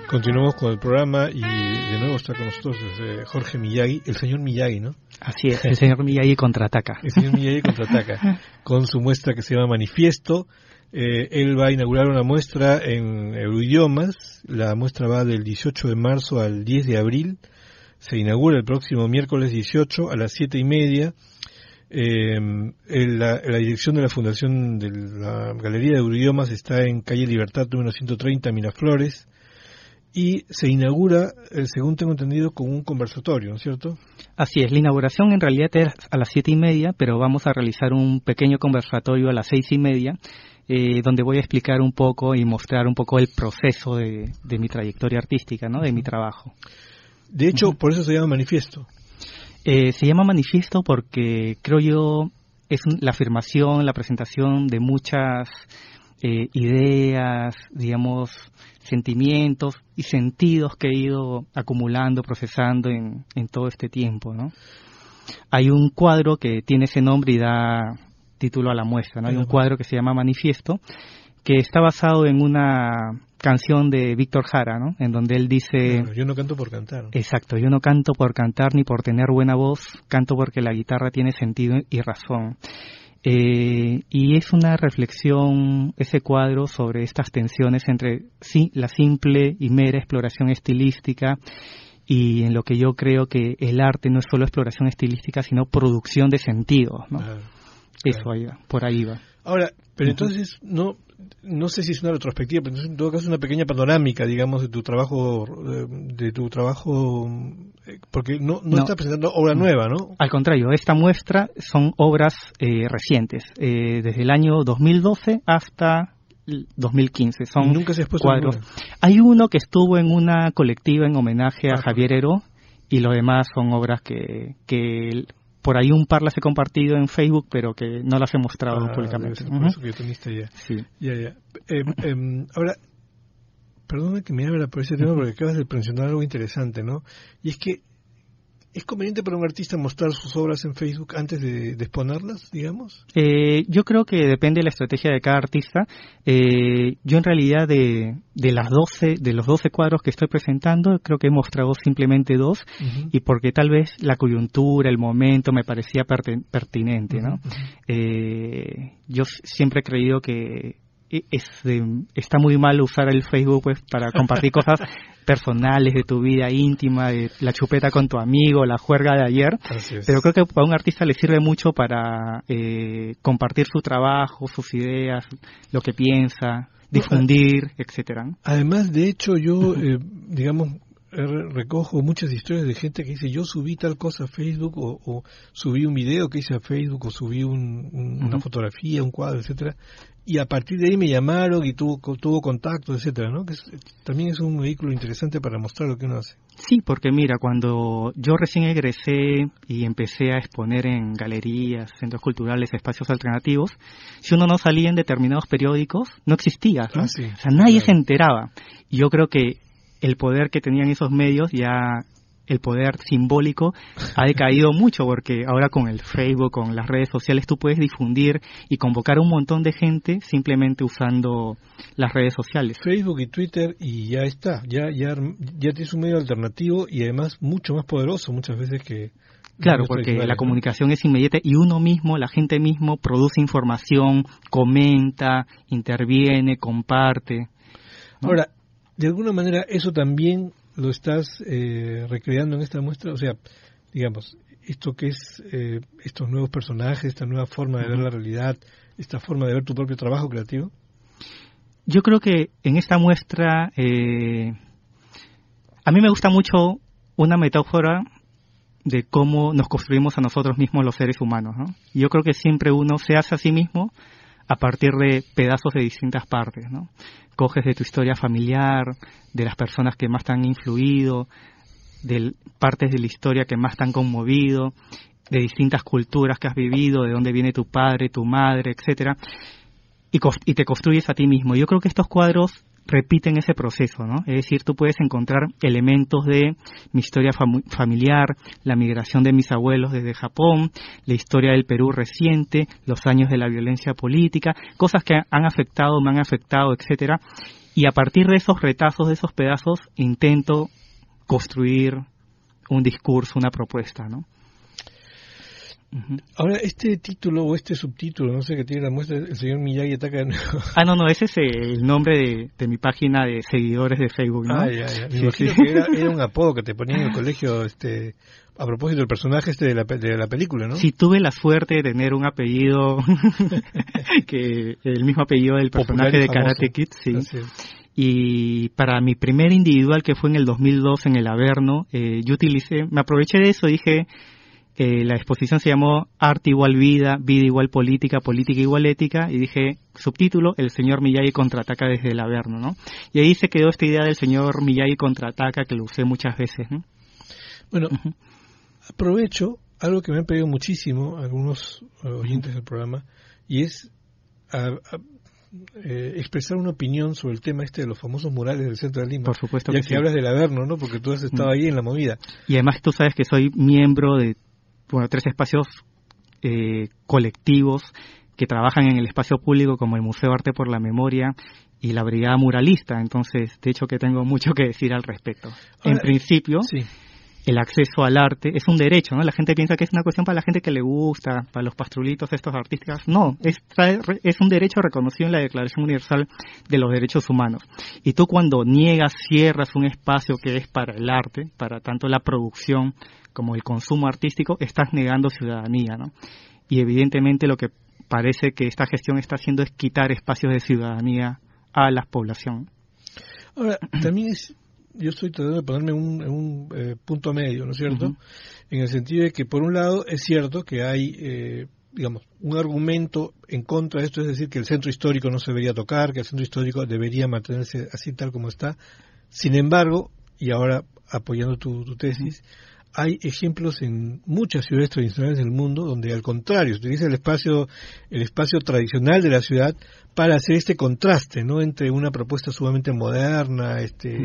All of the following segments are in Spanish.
Continuamos con el programa y de nuevo está con nosotros Jorge Miyagi, el señor Miyagi, ¿no? Así es, el señor Miyagi contraataca. El señor Miyagi contraataca, con su muestra que se llama Manifiesto. Él va a inaugurar una muestra en Euroidiomas. La muestra va del 18 de marzo al 10 de abril. Se inaugura el próximo miércoles 18 a las 7:30. La dirección de la Fundación de la Galería de Euroidiomas está en calle Libertad número 130, Miraflores. Y se inaugura, según tengo entendido, con un conversatorio, ¿no es cierto? Así es, la inauguración en realidad es a las 7:30, pero vamos a realizar un pequeño conversatorio a las 6:30, donde voy a explicar un poco y mostrar un poco el proceso de mi trayectoria artística, ¿no? De mi trabajo. De hecho, por eso se llama Manifiesto. Se llama Manifiesto porque creo yo es la afirmación, la presentación de muchas ideas, digamos, sentimientos y sentidos que he ido acumulando, procesando en todo este tiempo, ¿no? Hay un cuadro que tiene ese nombre y da título a la muestra, ¿no? Hay un cuadro que se llama Manifiesto, que está basado en una canción de Víctor Jara, ¿no? En donde él dice... Claro, yo no canto por cantar. Exacto, yo no canto por cantar ni por tener buena voz, canto porque la guitarra tiene sentido y razón. Y es una reflexión, ese cuadro, sobre estas tensiones entre la simple y mera exploración estilística y en lo que yo creo que el arte no es solo exploración estilística, sino producción de sentidos, ¿no? Claro. Eso ahí va, por ahí va. Ahora, pero entonces, no sé si es una retrospectiva, pero en todo caso es una pequeña panorámica, digamos, de tu trabajo, porque no estás presentando obra nueva, ¿no? Al contrario, esta muestra son obras recientes, desde el año 2012 hasta 2015. Son ¿Nunca se ha expuesto cuadros. Ninguna? Hay uno que estuvo en una colectiva en homenaje a Javier Heró, y lo demás son obras que por ahí un par las he compartido en Facebook, pero que no las he mostrado públicamente. Por eso que yo teniste ya. Sí. Ya. Ahora, perdona que me abra por ese tema, porque acabas de mencionar algo interesante, ¿no? Y es que ¿es conveniente para un artista mostrar sus obras en Facebook antes de exponerlas, digamos? Yo creo que depende de la estrategia de cada artista. Yo en realidad de los 12 cuadros que estoy presentando, creo que he mostrado simplemente 2, uh-huh. Y porque tal vez la coyuntura, el momento me parecía pertinente, ¿no? Uh-huh. Yo siempre he creído que está muy mal usar el Facebook pues para compartir cosas personales de tu vida íntima, de la chupeta con tu amigo, la juerga de ayer, pero creo que para un artista le sirve mucho para compartir su trabajo, sus ideas, lo que piensa, difundir, etcétera. Además, de hecho, yo digamos recojo muchas historias de gente que dice yo subí tal cosa a Facebook o subí un video que hice a Facebook o subí una fotografía, un cuadro, etcétera, y a partir de ahí me llamaron y tuvo contacto, etcétera, ¿no? Que también es un vehículo interesante para mostrar lo que uno hace. Sí, porque mira, cuando yo recién egresé y empecé a exponer en galerías, centros culturales, espacios alternativos, si uno no salía en determinados periódicos, no existía, ¿no? Sí, o sea, nadie se enteraba. Y yo creo que el poder que tenían esos medios, el poder simbólico ha decaído mucho, porque ahora con el Facebook, con las redes sociales, tú puedes difundir y convocar a un montón de gente simplemente usando las redes sociales. Facebook y Twitter, y ya está, ya tienes un medio alternativo y además mucho más poderoso muchas veces que... Claro, porque la comunicación es inmediata y uno mismo, la gente mismo, produce información, comenta, interviene, comparte, ¿no? Ahora, de alguna manera eso también lo estás recreando en esta muestra, o sea, digamos, esto que es estos nuevos personajes, esta nueva forma de ver la realidad, esta forma de ver tu propio trabajo creativo. Yo creo que en esta muestra a mí me gusta mucho una metáfora de cómo nos construimos a nosotros mismos los seres humanos, ¿no? Y yo creo que siempre uno se hace a sí mismo a partir de pedazos de distintas partes, ¿no? Coges de tu historia familiar, de las personas que más te han influido, de partes de la historia que más te han conmovido, de distintas culturas que has vivido, de dónde viene tu padre, tu madre, etcétera, y te construyes a ti mismo. Yo creo que estos cuadros repiten ese proceso, ¿no? Es decir, tú puedes encontrar elementos de mi historia familiar, la migración de mis abuelos desde Japón, la historia del Perú reciente, los años de la violencia política, cosas que me han afectado, etcétera. Y a partir de esos retazos, de esos pedazos, intento construir un discurso, una propuesta, ¿no? Ahora, este título o este subtítulo, no sé, que tiene la muestra, el señor Miyagi ataca de nuevo. No, ese es el nombre de mi página de seguidores de Facebook, ¿no? Ya. Me imagino que era un apodo que te ponían en el colegio, a propósito del personaje de la película, ¿no? Sí, tuve la suerte de tener un apellido, que el mismo apellido del personaje de Karate Kid, sí. Y para mi primer individual, que fue en el 2002 en el Averno, yo me aproveché de eso, dije... la exposición se llamó Arte igual vida, vida igual política, política igual ética, y dije, subtítulo, el señor Miyagi contraataca desde el Averno, ¿no? Y ahí se quedó esta idea del señor Miyagi contraataca, que lo usé muchas veces, ¿no? Bueno, aprovecho algo que me han pedido muchísimo algunos oyentes del programa, y es expresar una opinión sobre el tema de los famosos murales del centro de Lima. Por supuesto ya que que hablas del Averno, ¿no? Porque tú has estado ahí en la movida. Y además tú sabes que soy miembro de 3 espacios colectivos que trabajan en el espacio público, como el Museo Arte por la Memoria y la Brigada Muralista. Entonces, de hecho, que tengo mucho que decir al respecto. Ahora, en principio, sí, el acceso al arte es un derecho, ¿no? La gente piensa que es una cuestión para la gente que le gusta, para los pastrulitos estos artísticos. No, es un derecho reconocido en la Declaración Universal de los Derechos Humanos. Y tú, cuando cierras un espacio que es para el arte, para tanto la producción como el consumo artístico, estás negando ciudadanía, ¿no? Y evidentemente lo que parece que esta gestión está haciendo es quitar espacios de ciudadanía a la población. Ahora, también yo estoy tratando de ponerme en un punto medio, ¿no es cierto? En el sentido de que, por un lado, es cierto que hay, un argumento en contra de esto, es decir, que el centro histórico no se debería tocar, que el centro histórico debería mantenerse así tal como está. Sin embargo, y ahora apoyando tu tesis, hay ejemplos en muchas ciudades tradicionales del mundo donde, al contrario, se utiliza el espacio tradicional de la ciudad para hacer este contraste, ¿no? Entre una propuesta sumamente moderna,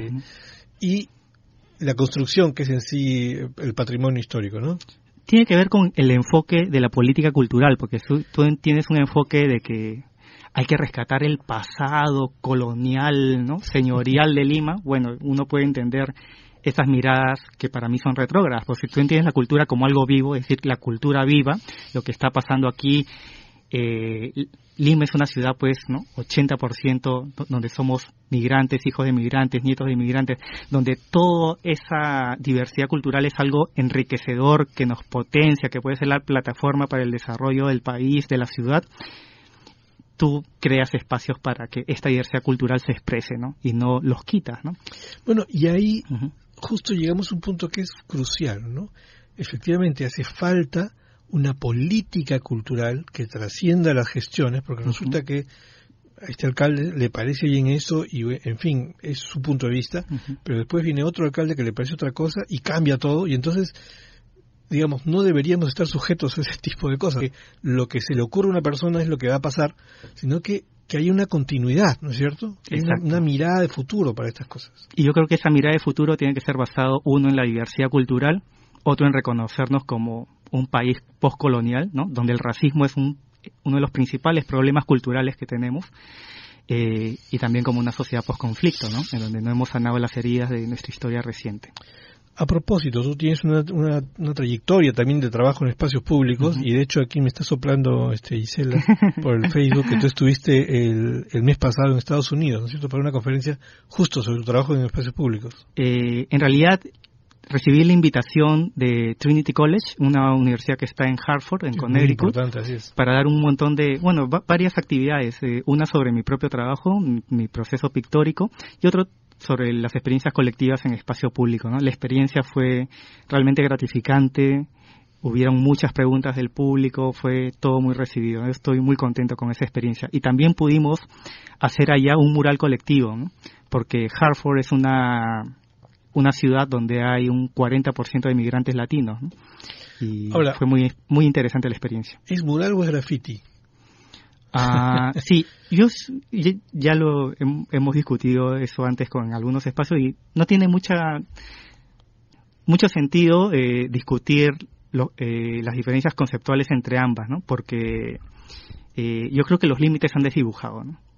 y la construcción, que es en sí el patrimonio histórico, ¿no? Tiene que ver con el enfoque de la política cultural, porque tú tienes un enfoque de que hay que rescatar el pasado colonial, ¿no? Señorial de Lima. Bueno, uno puede entender esas miradas que para mí son retrógradas, porque si tú entiendes la cultura como algo vivo, es decir, la cultura viva, lo que está pasando aquí, Lima es una ciudad, pues, ¿no? 80% donde somos migrantes, hijos de migrantes, nietos de migrantes, donde toda esa diversidad cultural es algo enriquecedor, que nos potencia, que puede ser la plataforma para el desarrollo del país, de la ciudad. Tú creas espacios para que esta diversidad cultural se exprese, ¿no? Y no los quitas, ¿no? Bueno, y ahí justo llegamos a un punto que es crucial, ¿no? Efectivamente, hace falta una política cultural que trascienda las gestiones, porque resulta que a este alcalde le parece bien eso y, en fin, es su punto de vista, pero después viene otro alcalde que le parece otra cosa y cambia todo, y entonces, digamos, no deberíamos estar sujetos a ese tipo de cosas. Que lo que se le ocurre a una persona es lo que va a pasar, sino que haya una continuidad, ¿no es cierto? Una mirada de futuro para estas cosas. Y yo creo que esa mirada de futuro tiene que ser basado, uno, en la diversidad cultural, otro, en reconocernos como un país postcolonial, ¿no? Donde el racismo es uno de los principales problemas culturales que tenemos, y también como una sociedad postconflicto, ¿no? En donde no hemos sanado las heridas de nuestra historia reciente. A propósito, tú tienes una trayectoria también de trabajo en espacios públicos, y de hecho aquí me está soplando Gisela por el Facebook que tú estuviste el mes pasado en Estados Unidos, ¿no es cierto?, para una conferencia justo sobre tu trabajo en espacios públicos. En realidad recibí la invitación de Trinity College, una universidad que está en Hartford, en Connecticut, para dar un montón de, varias actividades, una sobre mi propio trabajo, mi proceso pictórico, y otro sobre las experiencias colectivas en espacio público, ¿no? La experiencia fue realmente gratificante, hubieron muchas preguntas del público, fue todo muy recibido. Yo estoy muy contento con esa experiencia. Y también pudimos hacer allá un mural colectivo, ¿no? Porque Hartford es una ciudad donde hay un 40% de migrantes latinos, ¿no? Y ahora, fue muy, muy interesante la experiencia. ¿Es mural o es graffiti? Sí, ya lo hemos discutido eso antes con algunos espacios y no tiene mucho sentido discutir las diferencias conceptuales entre ambas, ¿no? Porque yo creo que los límites se han desdibujado, ¿no?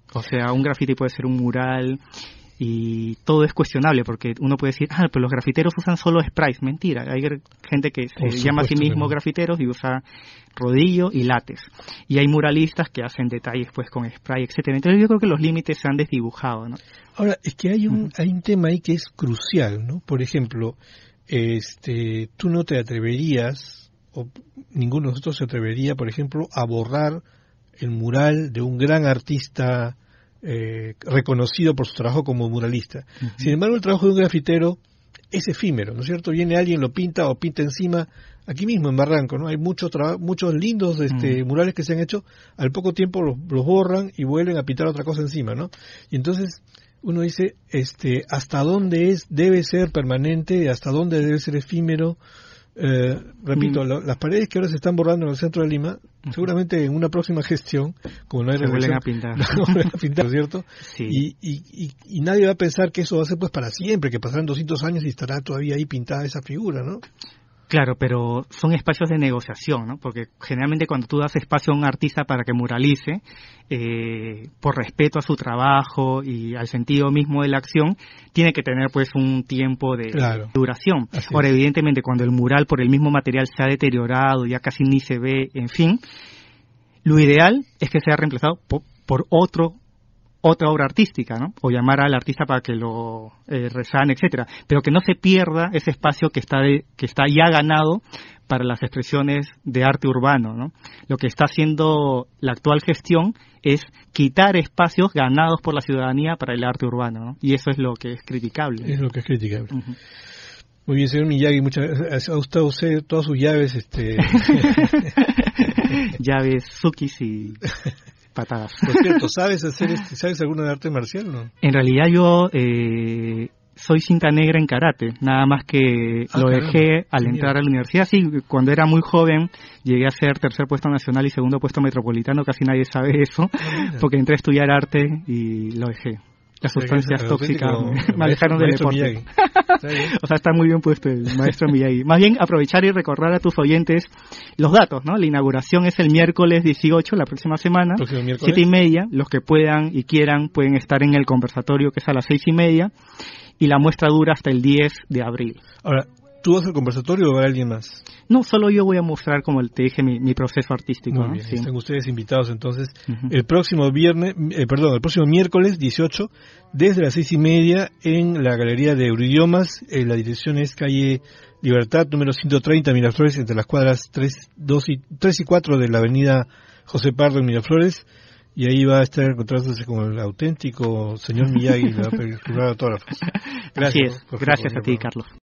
O sea, un graffiti puede ser un mural y todo es cuestionable porque uno puede decir, pero los grafiteros usan solo sprays. Mentira, hay gente que se llama a sí mismo grafiteros y usa rodillo y látex. Y hay muralistas que hacen detalles pues con spray, etcétera. Entonces yo creo que los límites se han desdibujado, ¿no? Ahora, es que hay un tema ahí que es crucial, ¿no? Por ejemplo, tú no te atreverías, o ninguno de nosotros se atrevería, por ejemplo, a borrar el mural de un gran artista reconocido por su trabajo como muralista. Sin embargo, el trabajo de un grafitero es efímero, ¿no es cierto? Viene alguien, lo pinta o pinta encima, aquí mismo en Barranco, ¿no? Hay muchos lindos murales que se han hecho, al poco tiempo los borran y vuelven a pintar otra cosa encima, ¿no? Y entonces uno dice, ¿hasta dónde debe ser permanente? ¿Hasta dónde debe ser efímero? Repito, las paredes que ahora se están borrando en el centro de Lima, seguramente en una próxima gestión, como no hay vuelven a pintar, ¿no es cierto? Sí. Y nadie va a pensar que eso va a ser pues para siempre, que pasarán 200 años y estará todavía ahí pintada esa figura, ¿no? Claro, pero son espacios de negociación, ¿no? Porque generalmente cuando tú das espacio a un artista para que muralice, por respeto a su trabajo y al sentido mismo de la acción, tiene que tener pues un tiempo de duración. Ahora, evidentemente, cuando el mural por el mismo material se ha deteriorado, ya casi ni se ve, en fin, lo ideal es que sea reemplazado por otra obra artística, ¿no? O llamar al artista para que lo resane, etcétera, pero que no se pierda ese espacio que está ya ganado para las expresiones de arte urbano, ¿no? Lo que está haciendo la actual gestión es quitar espacios ganados por la ciudadanía para el arte urbano, ¿no? Y eso es lo que es criticable. Es lo que es criticable. Muy bien, señor Miyagi, muchas gracias. ¿Ha usted usado todas sus llaves? Llaves, sukis y patadas. Por cierto, ¿sabes alguna de arte marcial o no? En realidad yo soy cinta negra en karate, nada más que lo dejé al entrar a la universidad. Sí, cuando era muy joven llegué a ser tercer puesto nacional y segundo puesto metropolitano, casi nadie sabe eso, porque entré a estudiar arte y lo dejé. Las sustancias tóxicas me alejaron del deporte. O sea, está muy bien puesto el maestro Miyagi. Más bien, aprovechar y recordar a tus oyentes los datos, ¿no? La inauguración es el miércoles 18, la próxima semana, 7:30. Los que puedan y quieran pueden estar en el conversatorio, que es a las 6:30, y la muestra dura hasta el 10 de abril. Ahora, ¿tú vas al conversatorio o va alguien más? No, solo yo voy a mostrar, como te dije, mi proceso artístico. Muy bien, sí. Están ustedes invitados entonces el próximo miércoles 18, desde las 6:30 en la Galería de Euroidiomas. La dirección es calle Libertad, número 130, Miraflores, entre las cuadras 3 y 4 de la avenida José Pardo en Miraflores. Y ahí va a estar encontrándose con el auténtico señor Miyagi y le va a pedir autógrafos. Gracias. Así es. Gracias a ti, Carlos.